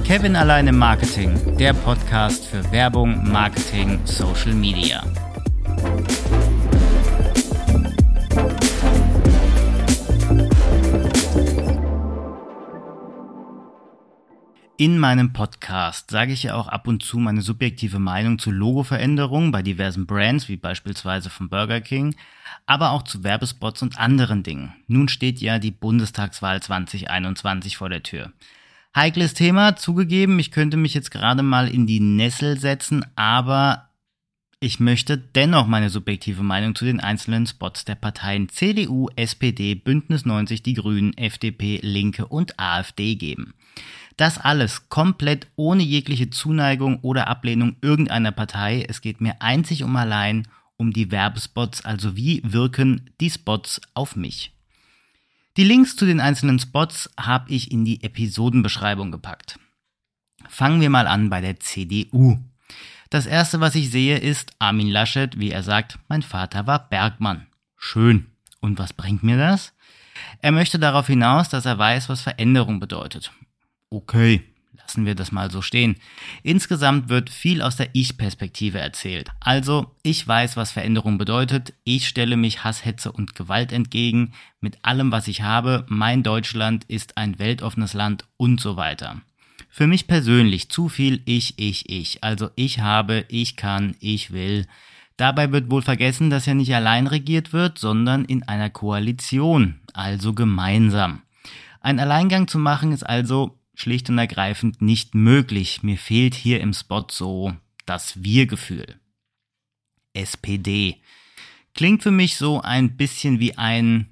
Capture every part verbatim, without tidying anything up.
Kevin allein im Marketing, der Podcast für Werbung, Marketing, Social Media. In meinem Podcast sage ich ja auch ab und zu meine subjektive Meinung zu Logoveränderungen bei diversen Brands, wie beispielsweise von Burger King, aber auch zu Werbespots und anderen Dingen. Nun steht ja die Bundestagswahl zwanzig einundzwanzig vor der Tür. Heikles Thema, zugegeben, ich könnte mich jetzt gerade mal in die Nessel setzen, aber ich möchte dennoch meine subjektive Meinung zu den einzelnen Spots der Parteien C D U, S P D, Bündnis neunzig, die Grünen, F D P, Linke und AfD geben. Das alles komplett ohne jegliche Zuneigung oder Ablehnung irgendeiner Partei. Es geht mir einzig und allein um die Werbespots, also wie wirken die Spots auf mich. Die Links zu den einzelnen Spots habe ich in die Episodenbeschreibung gepackt. Fangen wir mal an bei der C D U. Das erste, was ich sehe, ist Armin Laschet, wie er sagt, mein Vater war Bergmann. Schön. Und was bringt mir das? Er möchte darauf hinaus, dass er weiß, was Veränderung bedeutet. Okay, lassen wir das mal so stehen. Insgesamt wird viel aus der Ich-Perspektive erzählt. Also, ich weiß, was Veränderung bedeutet. Ich stelle mich Hass, Hetze und Gewalt entgegen. Mit allem, was ich habe. Mein Deutschland ist ein weltoffenes Land und so weiter. Für mich persönlich zu viel Ich, Ich, Ich. Also ich habe, ich kann, ich will. Dabei wird wohl vergessen, dass ja nicht allein regiert wird, sondern in einer Koalition, also gemeinsam. Ein Alleingang zu machen ist also schlicht und ergreifend nicht möglich. Mir fehlt hier im Spot so das Wir-Gefühl. S P D. Klingt für mich so ein bisschen wie ein,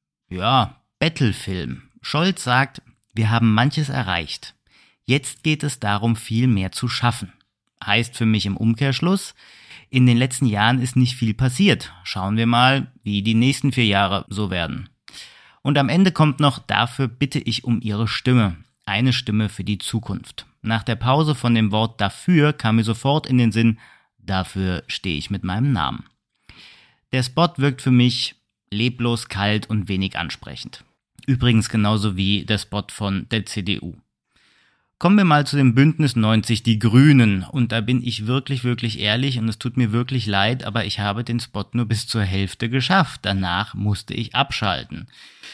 ja, Battle-Film. Scholz sagt, wir haben manches erreicht. Jetzt geht es darum, viel mehr zu schaffen. Heißt für mich im Umkehrschluss, in den letzten Jahren ist nicht viel passiert. Schauen wir mal, wie die nächsten vier Jahre so werden. Und am Ende kommt noch, dafür bitte ich um Ihre Stimme. Eine Stimme für die Zukunft. Nach der Pause von dem Wort dafür kam mir sofort in den Sinn, dafür stehe ich mit meinem Namen. Der Spot wirkt für mich leblos, kalt und wenig ansprechend. Übrigens genauso wie der Spot von der C D U. Kommen wir mal zu dem Bündnis neunzig, die Grünen. Und da bin ich wirklich, wirklich ehrlich und es tut mir wirklich leid, aber ich habe den Spot nur bis zur Hälfte geschafft. Danach musste ich abschalten.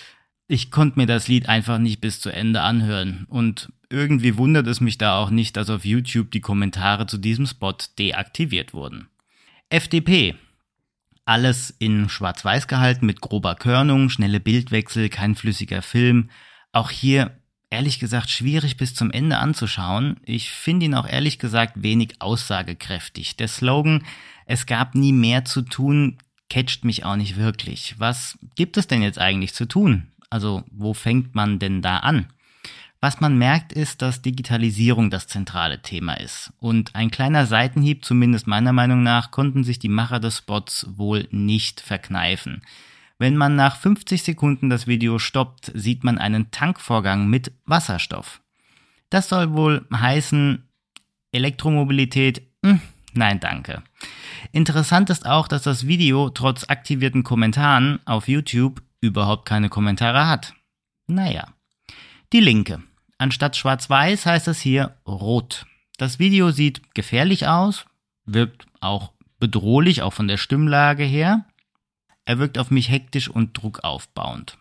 Ich konnte mir das Lied einfach nicht bis zu Ende anhören und irgendwie wundert es mich da auch nicht, dass auf YouTube die Kommentare zu diesem Spot deaktiviert wurden. F D P. Alles in Schwarz-Weiß gehalten mit grober Körnung, schnelle Bildwechsel, kein flüssiger Film. Auch hier, ehrlich gesagt, schwierig bis zum Ende anzuschauen. Ich finde ihn auch ehrlich gesagt wenig aussagekräftig. Der Slogan, es gab nie mehr zu tun, catcht mich auch nicht wirklich. Was gibt es denn jetzt eigentlich zu tun? Also wo fängt man denn da an? Was man merkt ist, dass Digitalisierung das zentrale Thema ist. Und ein kleiner Seitenhieb, zumindest meiner Meinung nach, konnten sich die Macher des Spots wohl nicht verkneifen. Wenn man nach fünfzig Sekunden das Video stoppt, sieht man einen Tankvorgang mit Wasserstoff. Das soll wohl heißen, Elektromobilität, mh, nein danke. Interessant ist auch, dass das Video trotz aktivierten Kommentaren auf YouTube überhaupt keine Kommentare hat. Naja. Die Linke. Anstatt schwarz-weiß heißt es hier rot. Das Video sieht gefährlich aus, wirkt auch bedrohlich, auch von der Stimmlage her. Er wirkt auf mich hektisch und druckaufbauend.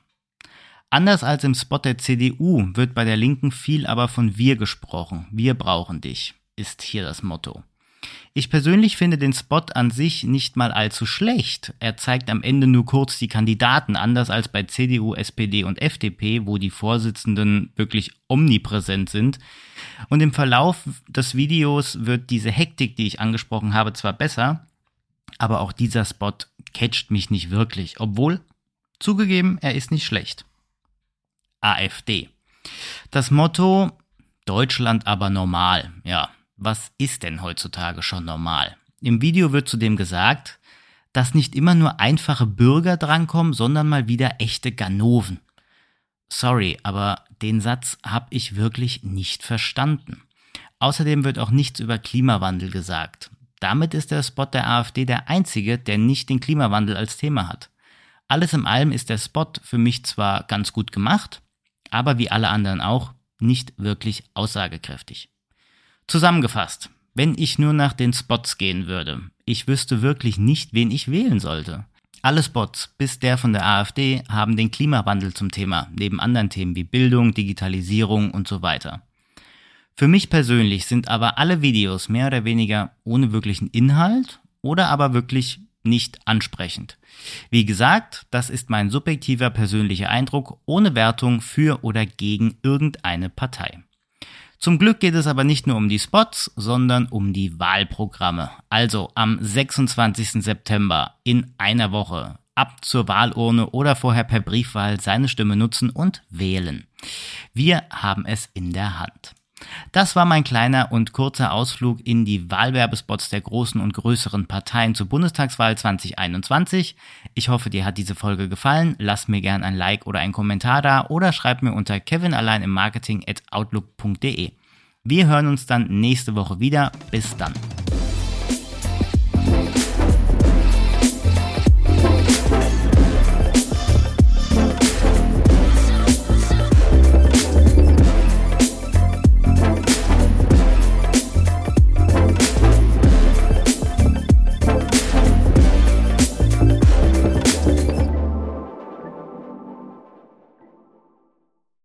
Anders als im Spot der C D U wird bei der Linken viel aber von wir gesprochen. Wir brauchen dich, ist hier das Motto. Ich persönlich finde den Spot an sich nicht mal allzu schlecht. Er zeigt am Ende nur kurz die Kandidaten, anders als bei C D U, S P D und F D P, wo die Vorsitzenden wirklich omnipräsent sind. Und im Verlauf des Videos wird diese Hektik, die ich angesprochen habe, zwar besser, aber auch dieser Spot catcht mich nicht wirklich, obwohl, zugegeben, er ist nicht schlecht. AfD. Das Motto, Deutschland aber normal, ja. Was ist denn heutzutage schon normal? Im Video wird zudem gesagt, dass nicht immer nur einfache Bürger drankommen, sondern mal wieder echte Ganoven. Sorry, aber den Satz habe ich wirklich nicht verstanden. Außerdem wird auch nichts über Klimawandel gesagt. Damit ist der Spot der AfD der einzige, der nicht den Klimawandel als Thema hat. Alles in allem ist der Spot für mich zwar ganz gut gemacht, aber wie alle anderen auch nicht wirklich aussagekräftig. Zusammengefasst, wenn ich nur nach den Spots gehen würde, ich wüsste wirklich nicht, wen ich wählen sollte. Alle Spots, bis der von der AfD, haben den Klimawandel zum Thema, neben anderen Themen wie Bildung, Digitalisierung und so weiter. Für mich persönlich sind aber alle Videos mehr oder weniger ohne wirklichen Inhalt oder aber wirklich nicht ansprechend. Wie gesagt, das ist mein subjektiver persönlicher Eindruck, ohne Wertung für oder gegen irgendeine Partei. Zum Glück geht es aber nicht nur um die Spots, sondern um die Wahlprogramme. Also am sechsundzwanzigsten September in einer Woche ab zur Wahlurne oder vorher per Briefwahl seine Stimme nutzen und wählen. Wir haben es in der Hand. Das war mein kleiner und kurzer Ausflug in die Wahlwerbespots der großen und größeren Parteien zur Bundestagswahl zwanzig einundzwanzig. Ich hoffe, dir hat diese Folge gefallen. Lass mir gern ein Like oder einen Kommentar da oder schreib mir unter kevinalleinimmarketing at outlook punkt de. Wir hören uns dann nächste Woche wieder. Bis dann.